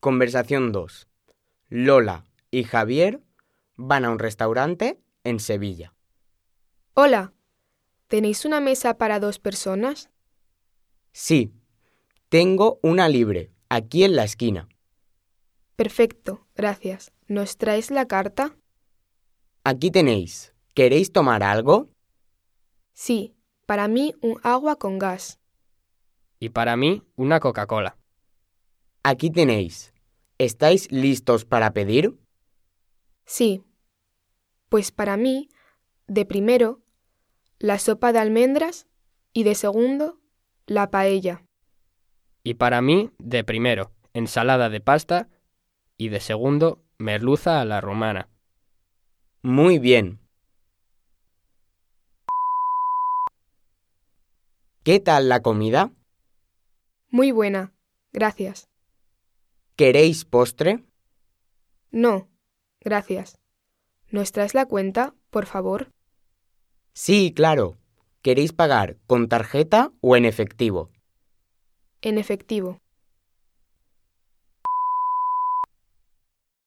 Conversación 2. Lola y Javier van a un restaurante en Sevilla. Hola, ¿tenéis una mesa para 2 personas? Sí, tengo una libre, aquí en la esquina. Perfecto, gracias. ¿Nos traes la carta? Aquí tenéis. ¿Queréis tomar algo? Sí, para mí un agua con gas. Y para mí, una Coca-Cola. Aquí tenéis. ¿Estáis listos para pedir? Sí, pues para mí, de primero, la sopa de almendras y de segundo, la paella. Y para mí, de primero, ensalada de pasta y de segundo, merluza a la romana. Muy bien. ¿Qué tal la comida? Muy buena, gracias. ¿Queréis postre? No, gracias. ¿Nos traes la cuenta, por favor? Sí, claro. ¿Queréis pagar con tarjeta o en efectivo? En efectivo.